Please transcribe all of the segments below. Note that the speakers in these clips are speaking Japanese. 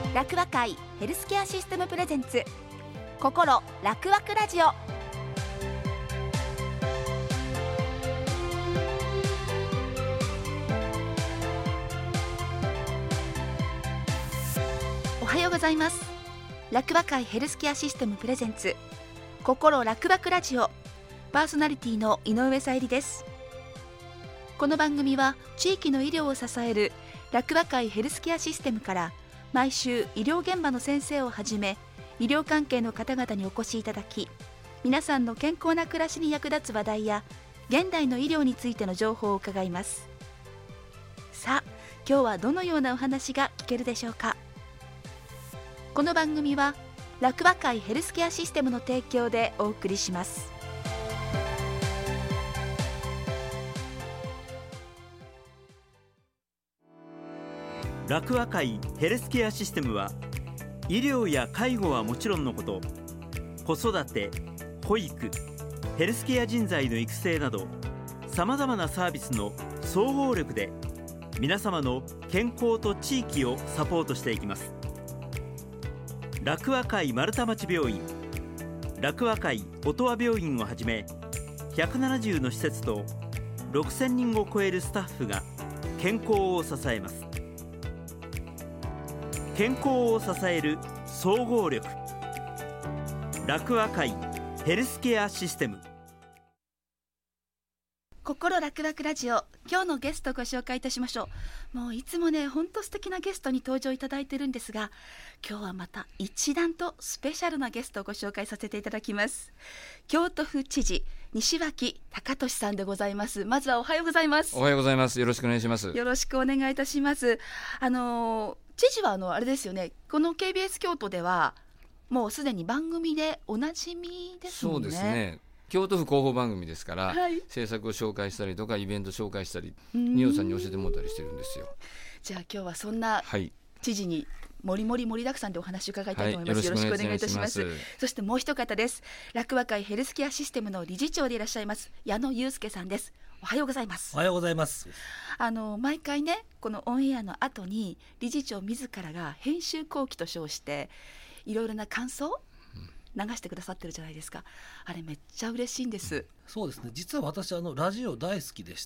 楽和会ヘルスケアシステムプレゼンツ心楽わくラジオ。おはようございます。楽和会ヘルスケアシステムプレゼンツ心楽わくラジオ、パーソナリティの井上さゆりです。この番組は地域の医療を支える楽和会ヘルスケアシステムから毎週医療現場の先生をはじめ医療関係の方々にお越しいただき、皆さんの健康な暮らしに役立つ話題や現代の医療についての情報を伺います。さあ、今日はどのようなお話が聞けるでしょうか。この番組は楽和会ヘルスケアシステムの提供でお送りします。 楽和会ヘルスケアシステムは、医療や介護はもちろんのこと、子育て、保育、ヘルスケア人材の育成などさまざまなサービスの総合力で皆様の健康と地域をサポートしていきます。楽和会丸太町病院、楽和会音羽病院をはじめ170の施設と6000人を超えるスタッフが健康を支えます。健康を支える総合力、楽和会ヘルスケアシステム。 心楽々ラジオ、今日のゲストをご紹介いたしましょう。もういつもね、本当素敵なゲストに登場いただいてるんですが、今日はまた一段とスペシャルなゲストをご紹介させていただきます。京都府知事西脇隆俊さんでございます。まずはおはようございます。 おはようございます。よろしくお願いします。 よろしくお願いいたします。知事はあれですよね、この KBS 京都ではもうすでに番組でおなじみですもんね。 そうですね、京都府広報番組ですから、 はい、 政策を紹介したりとかイベント紹介したり、二葉さんに教えてもらったりしてるんですよ。 じゃあ今日はそんな知事にもりもり盛りだくさんでお話を伺いたいと思います。よろしくお願いいたします。そしてもう一方です。楽和会ヘルスケアシステムの理事長でいらっしゃいます矢野祐介さんです。おはようございます。 おはようございます。 毎回ね、このオンエアの後に理事長自らが編集後期と称していろいろな感想流してくださってるじゃないですか。あれめっちゃ嬉しいんです。 そうですね、実は私ラジオ大好きでして、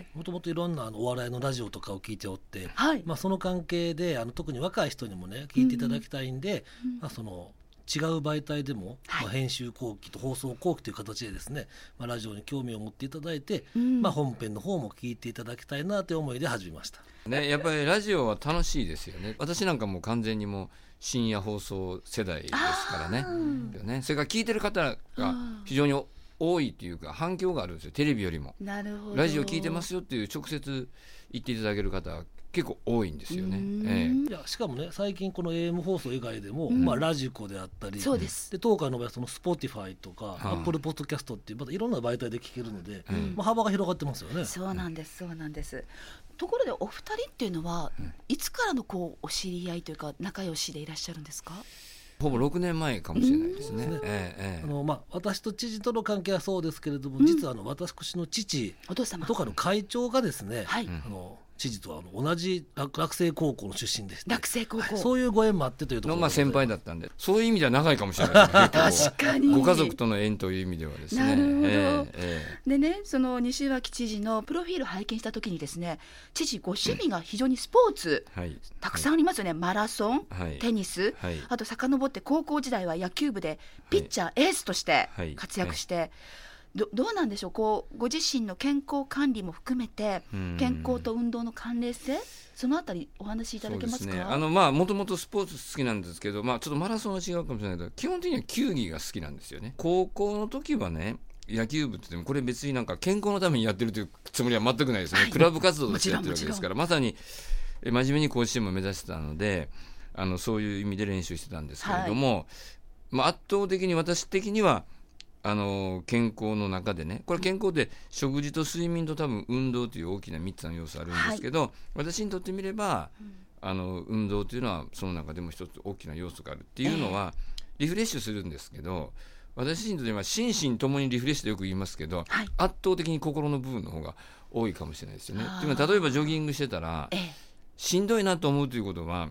もともといろんなお笑いのラジオとかを聞いておって、はい、その関係で特に若い人にもね聞いていただきたいんで、その違う媒体でも、編集後期と放送後期という形でですね、ラジオに興味を持っていただいて、本編の方も聞いていただきたいなという思いで始めました、 ね、やっぱりラジオは楽しいですよね。私なんかもう完全にもう深夜放送世代ですからね。それから聞いてる方が非常に多いというか反響があるんですよ、テレビよりも。 なるほど。 ラジオ聞いてますよっていう直接言っていただける方は結構多いんですよね。 いやしかもね、最近この AM 放送以外でも、ラジコであったり、 そうです。 で当館の場合はその Spotify とか、Apple Podcast っていうまたいろんな媒体で聞けるので、幅が広がってますよね。 そうなんです、そうなんです。ところでお二人っていうのは、いつからのお知り合いというか仲良しでいらっしゃるんですか？ ほぼ6年前かもしれないですね。 私と知事との関係はそうですけれども、実は私の父お父様とかの会長がですね、知事とは同じ落成高校の出身でして、 落成高校、 そういうご縁もあってというところの、先輩だったんで、そういう意味では長いかもしれないですね。 確かにご家族との縁という意味ではですね。 なるほど、でね、その西脇知事のプロフィールを拝見したときにですね、知事ご趣味が非常にスポーツ、たくさんありますよね。マラソン、テニス、あと遡って高校時代は野球部でピッチャー、エースとして活躍して、どうなんでしょう、ご自身の健康管理も含めて健康と運動の関連性、そのあたりお話しいただけますか？ そうですね、もともとスポーツ好きなんですけど、ちょっとマラソンは違うかもしれないけど、基本的には球技が好きなんですよね。高校の時はね、野球部って言ってもこれ別になんか健康のためにやってるというつもりは全くないですね、クラブ活動としてやってるわけですから、まさに真面目に甲子園も目指してたので、そういう意味で練習してたんですけれども、圧倒的に私的には健康の中でね、これ健康で食事と睡眠と多分運動という大きな3つの要素あるんですけど、私にとってみれば、運動というのはその中でも一つ大きな要素があるっていうのは、リフレッシュするんですけど、私にとっては心身ともにリフレッシュとよく言いますけど、圧倒的に心の部分の方が多いかもしれないですよね。例えばジョギングしてたら、しんどいなと思うということは、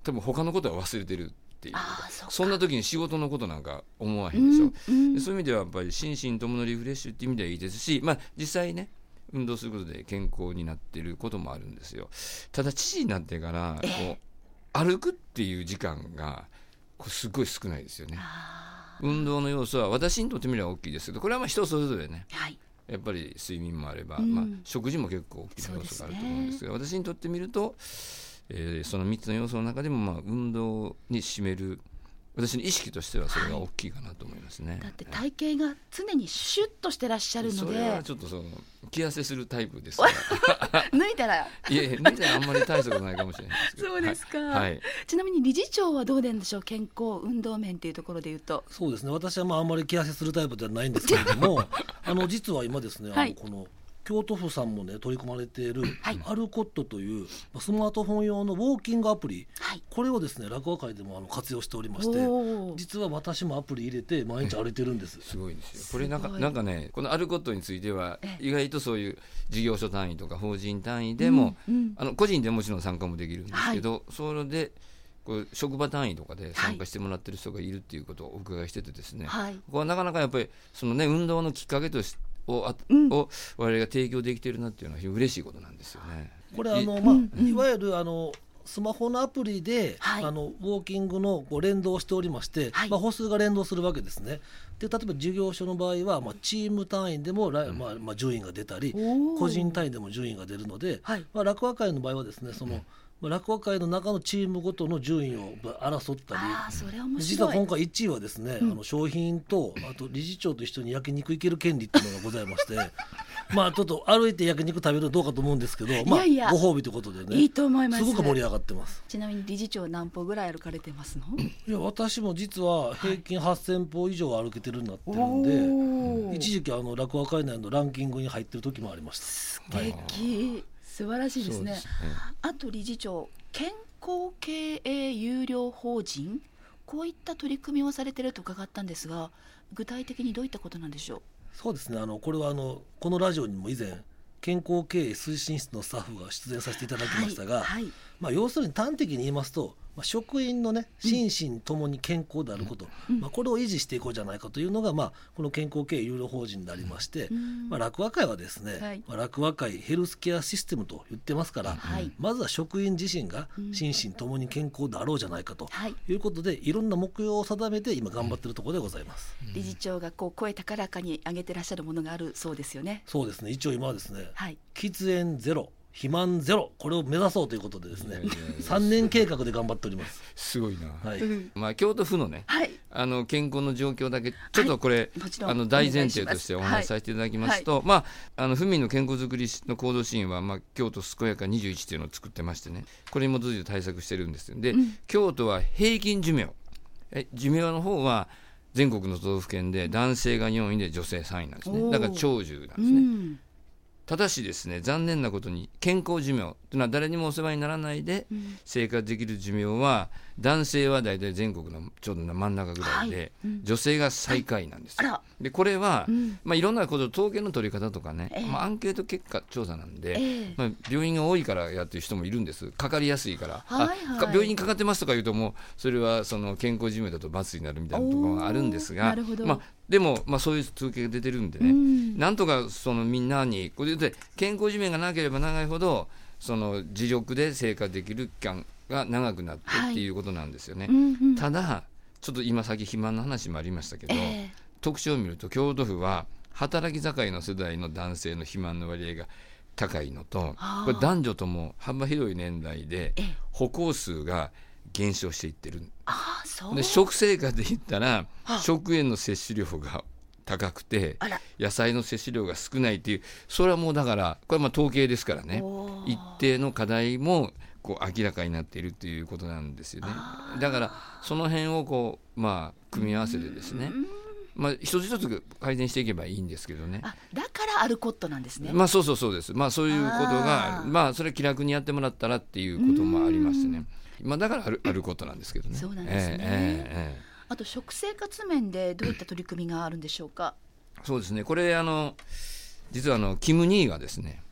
多分他のことは忘れてるっていう、そんな時に仕事のことなんか思わへんでしょ、でそういう意味ではやっぱり心身とものリフレッシュっていう意味ではいいですし、実際ね運動することで健康になっていることもあるんですよ。ただ父になってからこう歩くっていう時間がすごい少ないですよね。運動の要素は私にとってみれば大きいですけど、これは人それぞれね、やっぱり睡眠もあれば、食事も結構大きな要素があると思うんですけど、私にとってみると、その3つの要素の中でも運動に占める私の意識としてはそれが大きいかなと思いますね、 だって体型が常にシュッとしてらっしゃるので、 それはちょっと気痩せするタイプですから脱いだら脱いだらあんまり大したことないかもしれないですけどそうですか、ちなみに理事長はどうなんでしょう、健康運動面というところでいうと。 そうですね、私はあんまり気痩せするタイプではないんですけれども実は今ですね、この京都府さんもね取り組まれているアルコットというスマートフォン用のウォーキングアプリ、これをですね落語会でも活用しておりまして、実は私もアプリ入れて毎日歩いてるんです。 すごいですよこれ。なんかね、このアルコットについては意外とそういう事業所単位とか法人単位でも、個人でもちろん参加もできるんですけど、それでこう職場単位とかで参加してもらってる人がいるっていうことをお伺いしててですね、ここはなかなかやっぱりそのね運動のきっかけとしてを我々が提供できているなっていうのは非常に嬉しいことなんですよね。 これいわゆるスマホのアプリで、ウォーキングの連動しておりまして、歩数が連動するわけですね。で例えば事業所の場合は、チーム単位でも、順位が出たり個人単位でも順位が出るので、落語会の場合はですね落語会の中のチームごとの順位を争ったり、実は今回1位はですね、商品とあと理事長と一緒に焼肉行ける権利っていうのがございましてちょっと歩いて焼肉食べるのどうかと思うんですけど、ご褒美ということでね、 いいと思います。 すごく盛り上がってます。 ちなみに理事長何歩ぐらい歩かれてますの？ いや私も実は平均8000歩以上歩けてるようになってるんで、一時期落語会内のランキングに入ってる時もありました。 素敵、素晴らしいですね。あと理事長、健康経営有料法人、こういった取り組みをされていると伺ったんですが、具体的にどういったことなんでしょう？ そうですね、これはこのラジオにも以前健康経営推進室のスタッフが出演させていただきましたが、要するに端的に言いますと、職員のね心身ともに健康であること、これを維持していこうじゃないかというのが、この健康経営有料法人でありまして、落語会はですね、落語会ヘルスケアシステムと言ってますから、まずは職員自身が心身ともに健康であろうじゃないかということで、いろんな目標を定めて今頑張っているところでございます。 理事長が声高らかに上げてらっしゃるものがあるそうですよね。 そうですね、一応今はですね、喫煙ゼロ肥満ゼロ、これを目指そうということでですね、3年計画で頑張っております。 すごいな、京都府のね、健康の状況だけちょっとこれ、大前提としてお話しさせていただきますと、府民の健康づくりの行動支援は、京都健やか21というのを作ってましてね、これに基づいて対策してるんですよ。で、京都は平均寿命の方は全国の都道府県で男性が4位で女性3位なんですね。だから長寿なんですね。ただしですね、残念なことに健康寿命というのは誰にもお世話にならないで生活できる寿命は、男性はだいたい全国のちょうど真ん中ぐらいで、女性が最下位なんですよ。でこれは、いろんなこと統計の取り方とかね、アンケート結果調査なんで、病院が多いからやってる人もいるんです。かかりやすいから、病院にかかってますとか言うと、もうそれはその健康寿命だと罰になるみたいなところがあるんですが、でも、そういう統計が出てるんでね、なんとかみんなにこれで健康寿命がなければ長いほど自力で生活できる期間が長くなってっていうことなんですよね。ただちょっと今さっき肥満の話もありましたけど、特徴を見ると京都府は働き盛りの世代の男性の肥満の割合が高いのと、これ男女とも幅広い年代で歩行数が減少していってる。で食生活で言ったら食塩の摂取量が高くて野菜の摂取量が少ないっていう、それはもうだからこれは統計ですからね、一定の課題も明らかになっているということなんですよね。だからその辺を組み合わせてですね、一つ一つ改善していけばいいんですけどね。 だからアルコットなんですね。 そうです。そういうことがそれ気楽にやってもらったらっていうこともありましてね、だからアルコットなんですけどね。 そうなんですね。あと食生活面でどういった取り組みがあるんでしょうか？ そうですね、これ実はキム・ニーがですね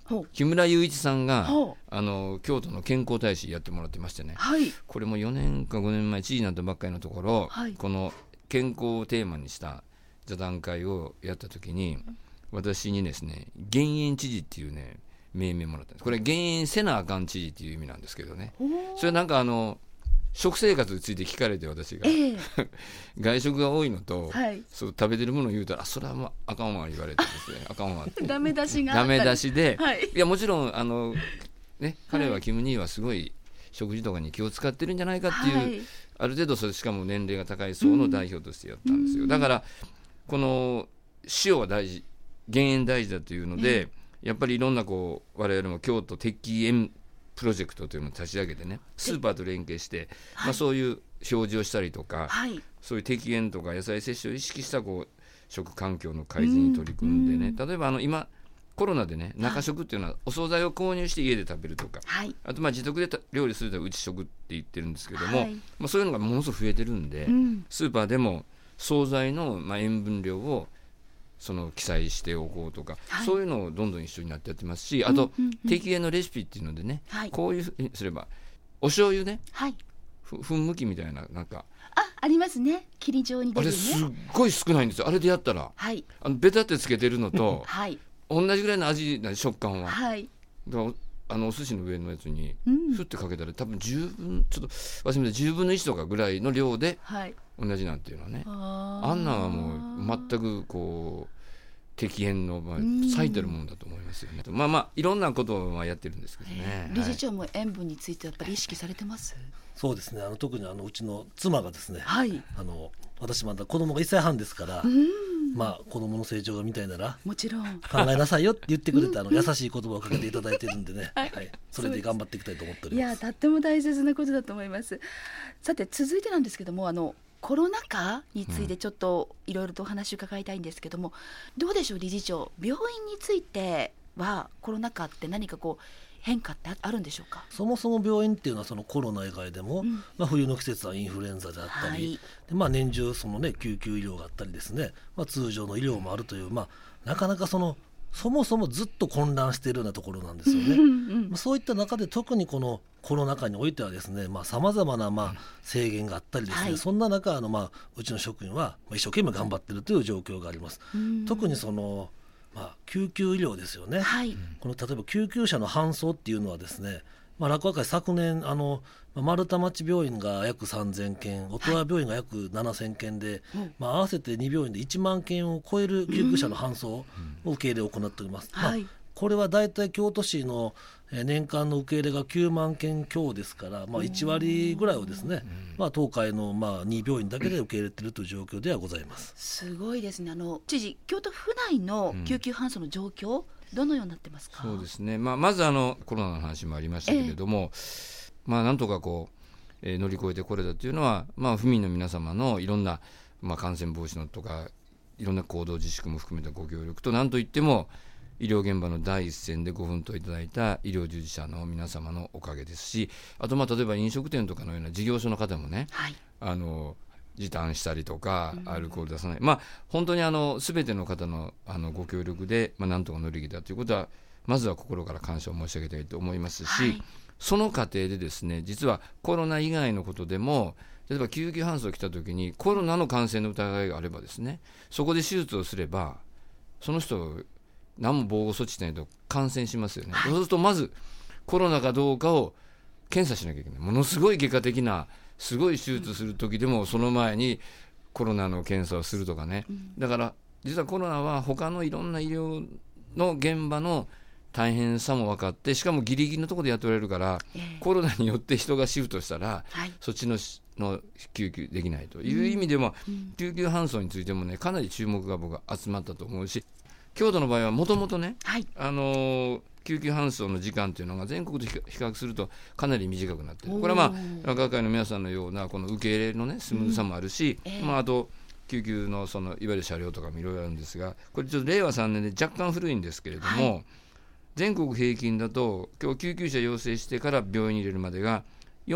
木村雄一さんが京都の健康大使やってもらってましてね、はい、これも4年か5年前知事になったばっかりのところ、はい、この健康をテーマにした座談会をやった時に私にですね減塩知事っていうね命名もらったんです。これ減塩せなあかん知事っていう意味なんですけどね、それなんか食生活について聞かれて私が、外食が多いのと、はい、そう食べてるものを言うたらそれはもうあかんわ言われてですねあかんわってダメ出しがあったダメ出しで、はい、いやもちろんね、彼はキム兄はすごい食事とかに気を使ってるんじゃないかっていう、はい、ある程度それしかも年齢が高い層の代表としてやったんですよ、だからこの塩は大事減塩大事だというので、やっぱりいろんな我々も京都適塩プロジェクトというのを立ち上げてねスーパーと連携して、はい、そういう表示をしたりとか、はい、そういう適塩とか野菜摂取を意識した食環境の改善に取り組んでね、例えば今コロナでね中食っていうのはお惣菜を購入して家で食べるとか、はい、あと自宅で料理するとうち食って言ってるんですけども、はい、そういうのがものすごく増えてるんで、スーパーでも惣菜の塩分量を記載しておこうとか、はい、そういうのをどんどん一緒になってやってますし、あと、適塩のレシピっていうのでね、はい、こういうふうにすればお醤油ね、はい、粉むきみたいななんかありますね、霧状に出るね、 あれすっごい少ないんですよ。あれでやったら、はい、ベタってつけてるのと、はい、同じぐらいの味食感は、はい、だからお寿司の上のやつにふってかけたら多分十分ちょっと忘れて10分の1とかぐらいの量で、はい、同じなんていうのはね、あんなんはもう全く適塩の最たるものだと思いますよね。いろんなことはやってるんですけどね。 理事長も塩分についてやっぱり意識されてます？ そうですね、特にうちの妻がですね、はい、私まだ子供が1歳半ですから、子供の成長が見たいならもちろん考えなさいよって言ってくれて優しい言葉をかけていただいてるんでね、はいはい、それで頑張っていきたいと思っております。 いやとっても大切なことだと思います。さて続いてなんですけどもコロナ禍についてちょっといろいろとお話を伺いたいんですけども、どうでしょう理事長、病院についてはコロナ禍って何か変化ってあるんでしょうか？ そもそも病院っていうのはコロナ以外でも、冬の季節はインフルエンザであったり、はい、で年中救急医療があったりですね、通常の医療もあるという、なかなかそもそもずっと混乱しているようなところなんですよね。そういった中で特にこのコロナ禍においてはですね、さまざまな制限があったりですね、はい、そんな中うちの職員は一生懸命頑張っているという状況があります。特に救急医療ですよね、はい、例えば救急車の搬送っていうのはですね、落語会昨年丸太町病院が約3000件、音羽病院が約7000件で、合わせて2病院で1万件を超える救急車の搬送を受け入れを行っております。これはだいたい京都市の年間の受け入れが9万件強ですから、1割ぐらいをですね、東海の2病院だけで受け入れているという状況ではございます。 すごいですね。知事、京都府内の救急搬送の状況、どのようになってますか？ そうですね、まずコロナの話もありましたけれども、なんとか乗り越えてこれたというのは、府民の皆様のいろんな、感染防止のとかいろんな行動自粛も含めたご協力と、なんといっても医療現場の第一線でご奮闘いただいた医療従事者の皆様のおかげですし、あと例えば飲食店とかのような事業所の方もね、はい、時短したりとかアルコール出さない、本当に全ての方のご協力で、なんとか乗り切ったということはまずは心から感謝を申し上げたいと思いますし、はい、その過程でですね、実はコロナ以外のことでも、例えば救急搬送来た時にコロナの感染の疑いがあればですね、そこで手術をすればその人何も防護措置しないと感染しますよね、はい、そうするとまずコロナかどうかを検査しなきゃいけない。ものすごい外科的なすごい手術する時でもその前にコロナの検査をするとかね、だから実はコロナは他のいろんな医療の現場の大変さも分かって、しかもギリギリのところでやっておられるから、コロナによって人がシフトしたら、そっちの救急できないという意味でも、救急搬送についてもね、かなり注目が僕は集まったと思うし、京都の場合はもともとね、救急搬送の時間というのが全国と比較するとかなり短くなっている。これは落語会の皆さんのようなこの受け入れのねスムーズさもあるし、あと救急のいわゆる車両とかもいろいろあるんですが、これちょっと令和3年で若干古いんですけれども、全国平均だと今日救急車要請してから病院に入れるまでが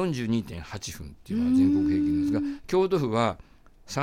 42.8 分っていうのが全国平均ですが、京都府は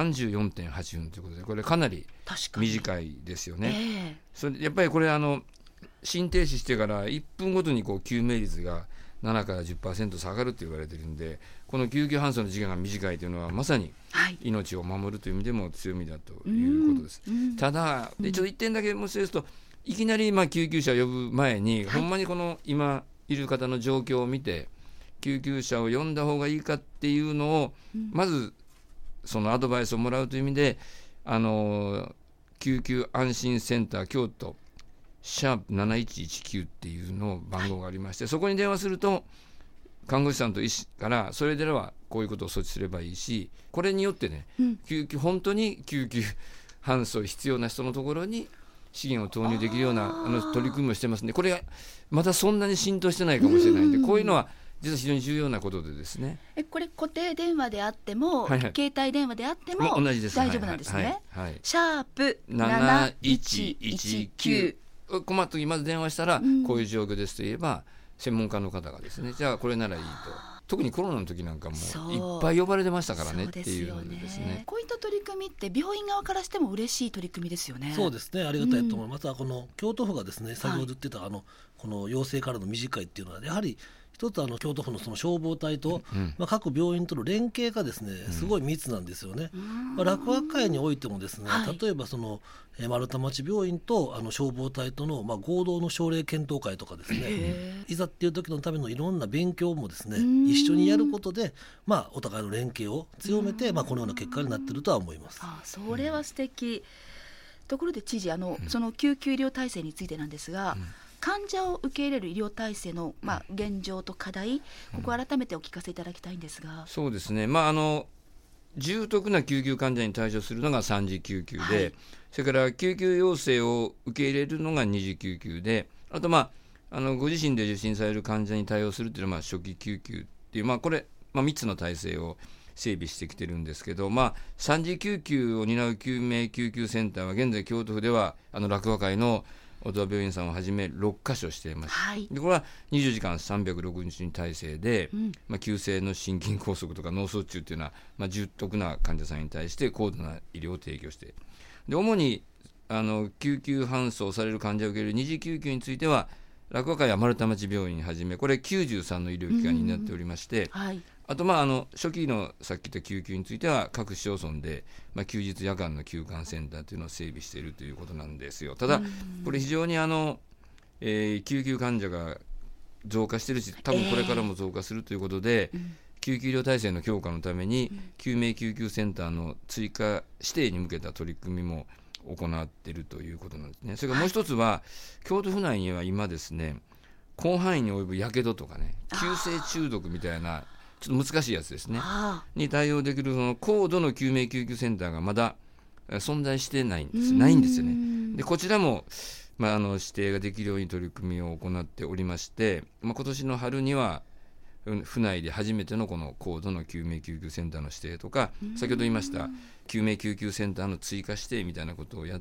34.8 分ということで、これかなり短いですよね。それやっぱりこれ心停止してから1分ごとに救命率が7から 10% 下がると言われているので、この救急搬送の時間が短いというのはまさに命を守るという意味でも強みだということです。ただちょっと1点だけ申し上げますと、いきなり救急車を呼ぶ前に、ほんまにこの今いる方の状況を見て救急車を呼んだ方がいいかっていうのを、まずそのアドバイスをもらうという意味で、救急安心センター京都#7119っていうの番号がありまして、そこに電話すると看護師さんと医師からそれではこういうことを措置すればいいし、これによってね、本当に救急搬送必要な人のところに資源を投入できるような取り組みをしてますので、これがまだそんなに浸透してないかもしれないので、こういうのは実は非常に重要なことでですね。 これ固定電話であっても、携帯電話であっても同じです。 大丈夫なんですね。#7119 困った時まず電話したら、こういう状況ですと言えば専門家の方がですね、じゃあこれならいいと。特にコロナの時なんかもいっぱい呼ばれてましたからねっていうのでですね。 こういった取り組みって病院側からしても嬉しい取り組みですよね。 そうですね、ありがたいと思います。またこの京都府がですね、先ほど言ってたこの要請からの短いっていうのはやはり一つ京都府のその消防隊と、各病院との連携がですねすごい密なんですよね。楽和会においてもですね、例えばその丸太町病院と消防隊との合同の症例検討会とかですね、いざっていう時のためのいろんな勉強もですね一緒にやることで、お互いの連携を強めて、このような結果になっているとは思います。 それは素敵。ところで知事、その救急医療体制についてなんですが、患者を受け入れる医療体制の、現状と課題、ここを改めてお聞かせいただきたいんですが。 そうですね、重篤な救急患者に対処するのが3次救急で、それから救急要請を受け入れるのが2次救急で、あとご自身で受診される患者に対応するというのは初期救急っていう、これ、3つの体制を整備してきてるんですけど、3次救急を担う救命救急センターは現在京都府では楽和会の音羽病院さんをはじめ6カ所しています、でこれは20時間360日体制で、急性の心筋梗塞とか脳卒中というのは、重篤な患者さんに対して高度な医療を提供して、で主に救急搬送される患者を受ける二次救急については楽和会は丸太町病院はじめこれ93の医療機関になっておりまして、あと初期のさっき言った救急については各市町村で、休日夜間の急患センターというのを整備しているということなんですよ。ただこれ非常に救急患者が増加しているし、多分これからも増加するということで、救急医療体制の強化のために救命救急センターの追加指定に向けた取り組みも行っているということなんですね。それからもう一つは、京都府内には今ですね、広範囲に及ぶやけどとかね、急性中毒みたいなちょっと難しいやつですねに対応できるその高度の救命救急センターがまだ存在してないんですよね。でこちらも、指定ができるように取り組みを行っておりまして、今年の春には府内で初めてのこの高度の救命救急センターの指定とか、先ほど言いました救命救急センターの追加指定みたいなことをやって、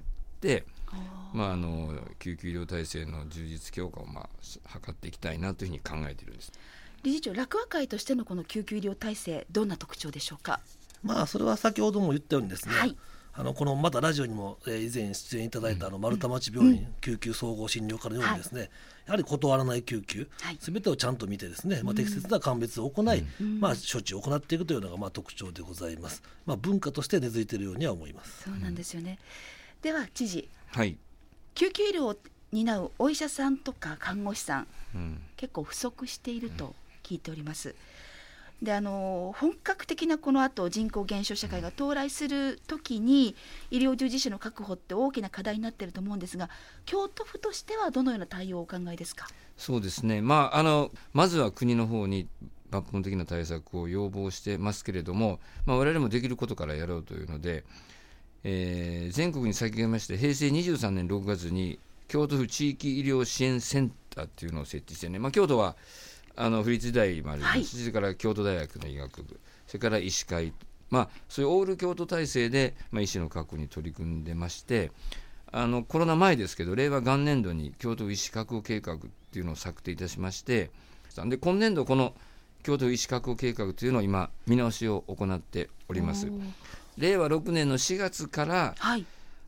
救急医療体制の充実強化を図っていきたいなというふうに考えているんです。 理事長、楽和会としてのこの救急医療体制、どんな特徴でしょうか。 それは先ほども言ったようにですね、このまたラジオにも以前出演いただいた丸太町病院救急総合診療科のようにですね、やはり断らない救急、全てをちゃんと見てですね、適切な鑑別を行い、処置を行っていくというのが特徴でございます。文化として根付いているようには思います。 そうなんですよね。では知事、 救急医療を担うお医者さんとか看護師さん、結構不足していると聞いております。で本格的なこの後人口減少社会が到来するときに医療従事者の確保って大きな課題になっていると思うんですが、京都府としてはどのような対応をお考えですか。 そうですね、まずは国の方に抜本的な対策を要望してますけれども、我々もできることからやろうというので、全国に先駆けまして平成23年6月に京都府地域医療支援センターというのを設置してね、京都は府立大もありますし、それから京都大学の医学部、それから医師会、そういうオール京都体制で、医師の確保に取り組んでまして、コロナ前ですけど令和元年度に京都医師確保計画っていうのを策定いたしまして、で今年度この京都医師確保計画というのを今見直しを行っております。令和6年の4月から、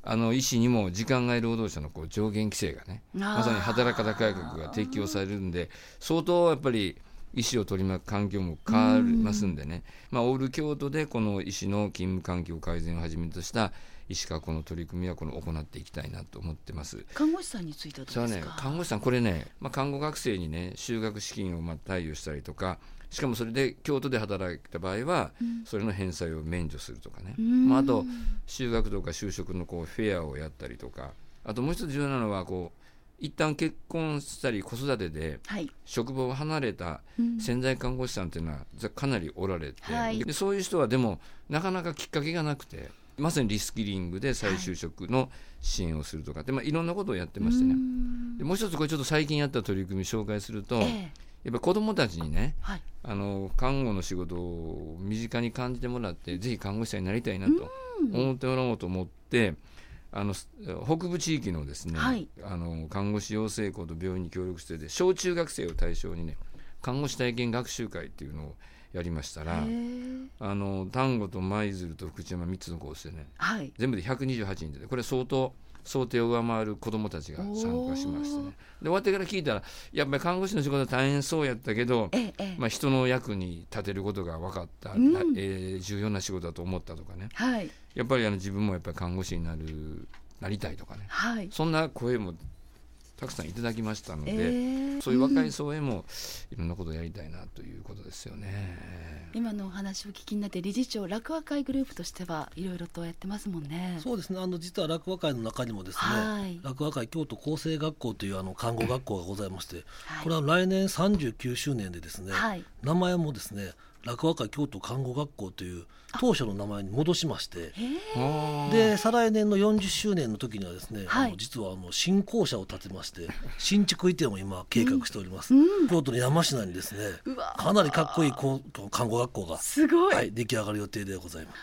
医師にも時間外労働者の上限規制がね、まさに働き方改革が適用されるんで、相当やっぱり医師を取り巻く環境も変わりますんでね、オール京都でこの医師の勤務環境改善をはじめとした医師確保の取り組みは行っていきたいなと思ってます。 看護師さんについてはどうですか？ 看護師さんこれね、看護学生にね就学資金を貸与したりとか、しかもそれで京都で働いた場合は、それの返済を免除するとかね、あと就学とか就職のフェアをやったりとか、あともう一つ重要なのは一旦結婚したり子育てで職場を離れた潜在看護師さんっていうのはかなりおられて、でそういう人はでもなかなかきっかけがなくて、まさにリスキリングで再就職の支援をするとかで、いろんなことをやってましてね。でもう一つこれちょっと最近やった取り組み紹介すると、やっぱ子どもたちにね、看護の仕事を身近に感じてもらって、ぜひ看護師さんになりたいなと思ってもらおうと思って、北部地域のですね、看護師養成校と病院に協力して小中学生を対象にね、看護師体験学習会っていうのをやりましたら、丹後と舞鶴と福知山3つのコースでね、全部で128人で、これ相当想定を上回る子どもたちが参加しましてね。で終わってから聞いたら、やっぱり看護師の仕事は大変そうやったけど、人の役に立てることが分かった、重要な仕事だと思ったとかね、やっぱり自分もやっぱり看護師になりたいとかね、そんな声もたくさんいただきましたので、そういう若い層へもいろんなことをやりたいなということですよね。 今のお話を聞きになって、理事長、楽和会グループとしてはいろいろとやってますもんね。 そうですね、実は楽和会の中にもですね、楽和会京都厚生学校という看護学校がございまして、これは来年39周年でですね、名前もですね、楽和会京都看護学校という当初の名前に戻しまして、で再来年の40周年の時にはですね、実は新校舎を建てまして、新築移転を今計画しております。京都の山科にですね、かなりかっこいい看護学校が出来上がる予定でございます。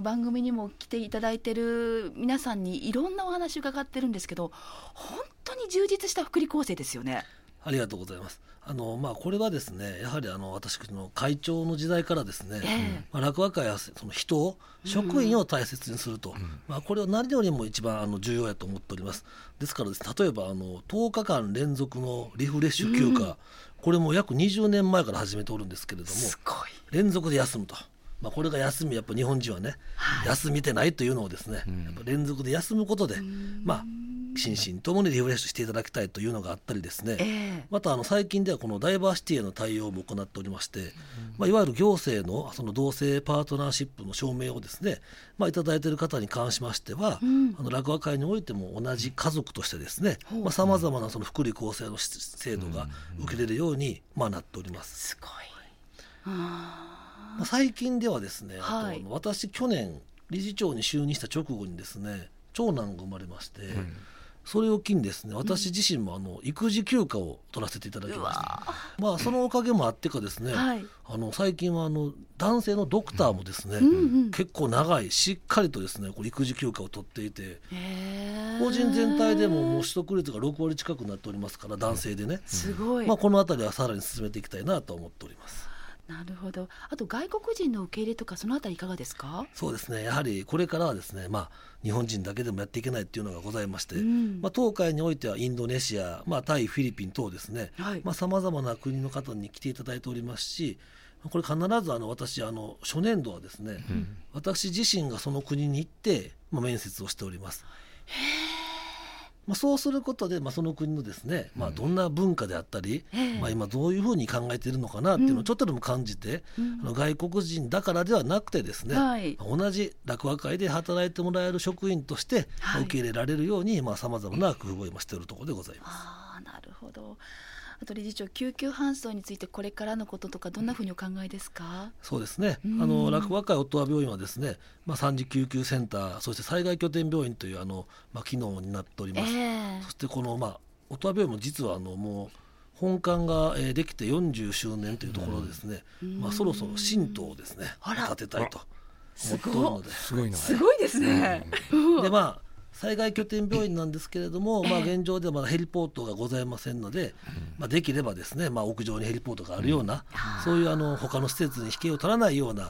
番組にも来ていただいている皆さんにいろんなお話を伺ってるんですけど、本当に充実した福利厚生ですよね。 ありがとうございます。これはですね、やはり私の会長の時代からですね、楽和会はその人を、職員を大切にすると、これは何よりも一番重要やと思っております。ですからですね、例えば10日間連続のリフレッシュ休暇、これも約20年前から始めておるんですけれども、連続で休むと。これが休み、やっぱ日本人はね、休みてないというのをですね、やっぱ連続で休むことで、心身ともにリフレッシュしていただきたいというのがあったりですね、また最近ではこのダイバーシティへの対応も行っておりまして、いわゆる行政のその同性パートナーシップの証明をですね、いただいている方に関しましては、楽和会においても同じ家族としてですね、さまざまなその福利厚生の制度が受けれるようになっております。 すごい。 最近ではですね、私去年理事長に就任した直後にですね、長男が生まれまして、それを機にですね、私自身も育児休暇を取らせていただきました。そのおかげもあってかですね、最近は男性のドクターもですね、結構長いしっかりとですね、育児休暇を取っていて、法人全体でも取得率が6割近くなっておりますから、男性でね、 すごい。 このあたりはさらに進めていきたいなと思っております。 なるほど。あと外国人の受け入れとか、そのあたりいかがですか？ そうですね、やはりこれからはですね、日本人だけでもやっていけないっていうのがございまして、東海においてはインドネシア、タイ、フィリピン等ですね、さまざまな国の方に来ていただいておりますし、これ必ず私初年度はですね、私自身がその国に行って、面接をしております。そうすることで、その国のですね、どんな文化であったり、今どういうふうに考えているのかなっていうのをちょっとでも感じて、外国人だからではなくてですね、同じ楽和会で働いてもらえる職員として受け入れられるようにさまざまな工夫を今しているところでございます。 なるほど。あと理事長、救急搬送についてこれからのこととか、どんなふうにお考えですか？ そうですね、楽和会音羽病院はですね、3次救急センター、そして災害拠点病院という機能になっております。そしてこの音羽病院も実はもう本館ができて40周年というところですね、そろそろ新棟をですね建てたいと思っておるので、 すごいな、 すごいですね。 で災害拠点病院なんですけれども、現状ではまだヘリポートがございませんので、できればですね、屋上にヘリポートがあるような、そういう他の施設に引けを取らないような、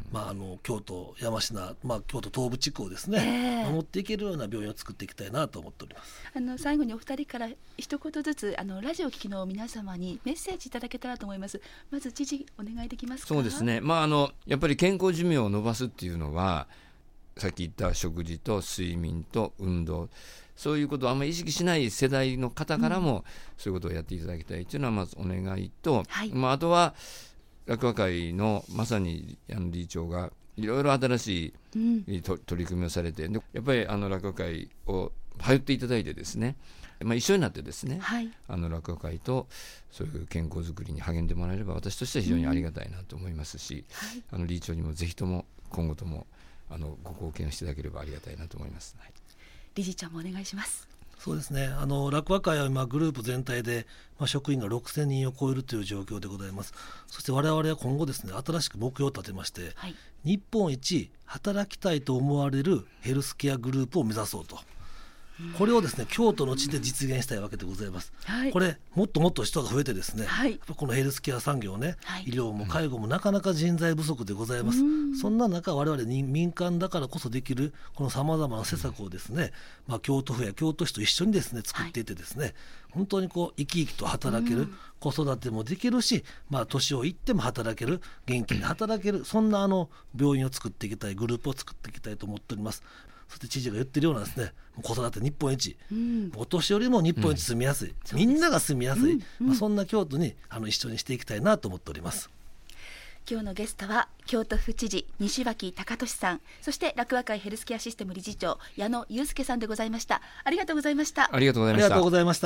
京都山科、京都東部地区をですね、守っていけるような病院を作っていきたいなと思っております。 最後にお二人から一言ずつラジオを聞きの皆様にメッセージいただけたらと思います。まず知事お願いできますか。 そうですね、やっぱり健康寿命を伸ばすっていうのはさっき言った食事と睡眠と運動、そういうことをあんまり意識しない世代の方からもそういうことをやっていただきたいというのはまずお願いと、あとは落語会のまさに理事長がいろいろ新しい取り組みをされて、やっぱり落語会を入っていただいてですね、一緒になってですね、落語会とそういう健康づくりに励んでもらえれば私としては非常にありがたいなと思いますし、理事長にもぜひとも今後ともご貢献をしていただければありがたいなと思います。 理事長もお願いします。 そうですね、落語会は今グループ全体で、職員が6000人を超えるという状況でございます。そして我々は今後ですね、新しく目標を立てまして、日本一働きたいと思われるヘルスケアグループを目指そうと、これをですね京都の地で実現したいわけでございます。これもっともっと人が増えてですね、このヘルスケア産業ね、医療も介護もなかなか人材不足でございます。そんな中我々に民間だからこそできるこのさまざまな施策をですね、京都府や京都市と一緒にですね作っていってですね、本当に生き生きと働ける、子育てもできるし、年をいっても働ける、元気に働ける、そんな病院を作っていきたい、グループを作っていきたいと思っております。そして知事が言ってるようなですね、子育て日本一、お年寄りも日本一住みやすい、みんなが住みやすい、そんな京都に一緒にしていきたいなと思っております。 今日のゲストは京都府知事西脇隆俊さん、そして落語会ヘルスケアシステム理事長矢野祐介さんでございました。ありがとうございました。 ありがとうございました。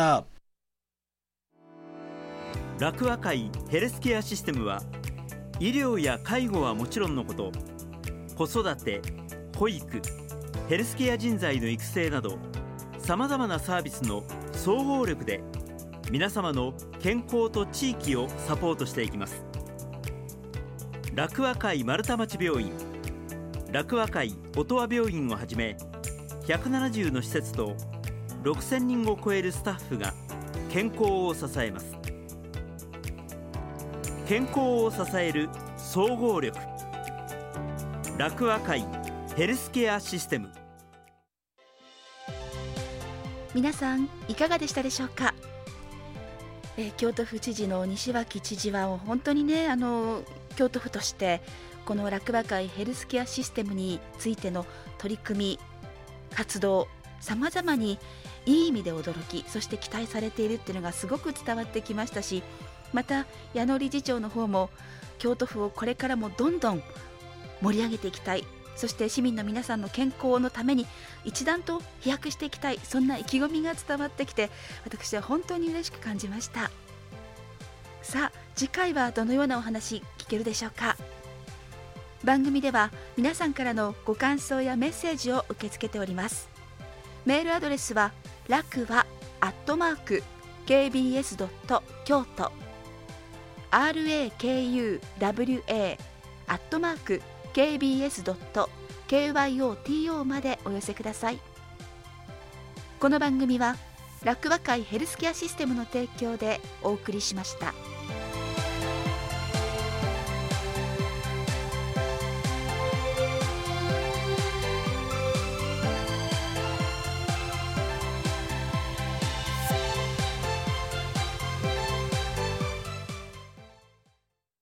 落語会ヘルスケアシステムは医療や介護はもちろんのこと、子育て、保育、ヘルスケア人材の育成などさまざまなサービスの総合力で皆様の健康と地域をサポートしていきます。落語会丸太町病院、落語会音羽病院をはじめ170の施設と6000人を超えるスタッフが健康を支えます。健康を支える総合力、落語会ヘルスケアシステム。 皆さんいかがでしたでしょうか。京都府知事の西脇知事は本当にね、京都府としてこの落語会ヘルスケアシステムについての取り組み活動、さまざまにいい意味で驚き、そして期待されているっていうのがすごく伝わってきましたし、また矢野理事長の方も京都府をこれからもどんどん盛り上げていきたい、そして市民の皆さんの健康のために一段と飛躍していきたい、そんな意気込みが伝わってきて私は本当に嬉しく感じました。さあ次回はどのようなお話聞けるでしょうか。番組では皆さんからのご感想やメッセージを受け付けております。メールアドレスは楽は@kbs.京都 rakuwa@kbs.kyoto までお寄せください。この番組は落語会ヘルスケアシステムの提供でお送りしました。